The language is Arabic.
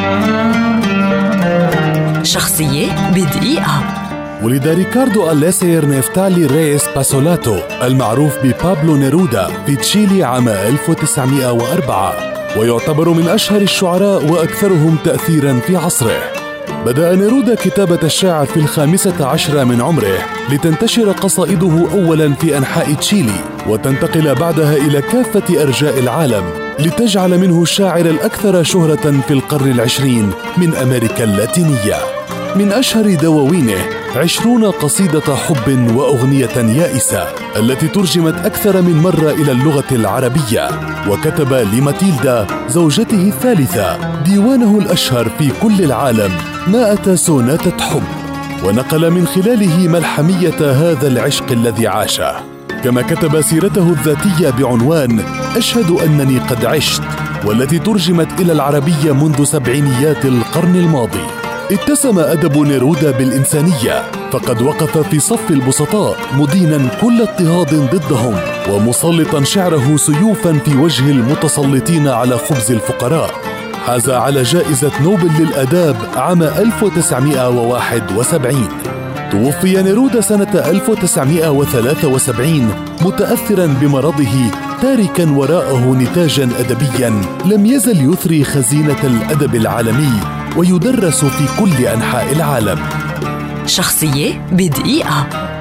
شخصية بدقيقة. ولد ريكاردو أليسير نيفتالي ريس باسولاتو المعروف ببابلو نيرودا في تشيلي عام 1904، ويعتبر من أشهر الشعراء وأكثرهم تأثيراً في عصره. بدأ نيرودا كتابة الشعر في 15 من عمره، لتنتشر قصائده أولاً في أنحاء تشيلي وتنتقل بعدها إلى كافة أرجاء العالم، لتجعل منه الشاعر الأكثر شهرة في القرن العشرين من أمريكا اللاتينية. من أشهر دواوينه 20 قصيدة حب وأغنية يائسة، التي ترجمت أكثر من مرة إلى اللغة العربية. وكتب لماتيلدا زوجته الثالثة ديوانه الأشهر في كل العالم 100 سوناتة حب، ونقل من خلاله ملحمية هذا العشق الذي عاشه. كما كتب سيرته الذاتية بعنوان أشهد أنني قد عشت، والتي ترجمت إلى العربية منذ سبعينيات القرن الماضي. اتسم أدب نيرودا بالإنسانية، فقد وقف في صف البسطاء مدينا كل اضطهاد ضدهم، ومسلطا شعره سيوفا في وجه المتسلطين على خبز الفقراء. حاز على جائزة نوبل للآداب عام 1971. توفي نيرودا سنة 1973 متأثرا بمرضه، تاركا وراءه نتاجا أدبيا لم يزل يثري خزينة الأدب العالمي ويدرس في كل أنحاء العالم. شخصية بدقيقة.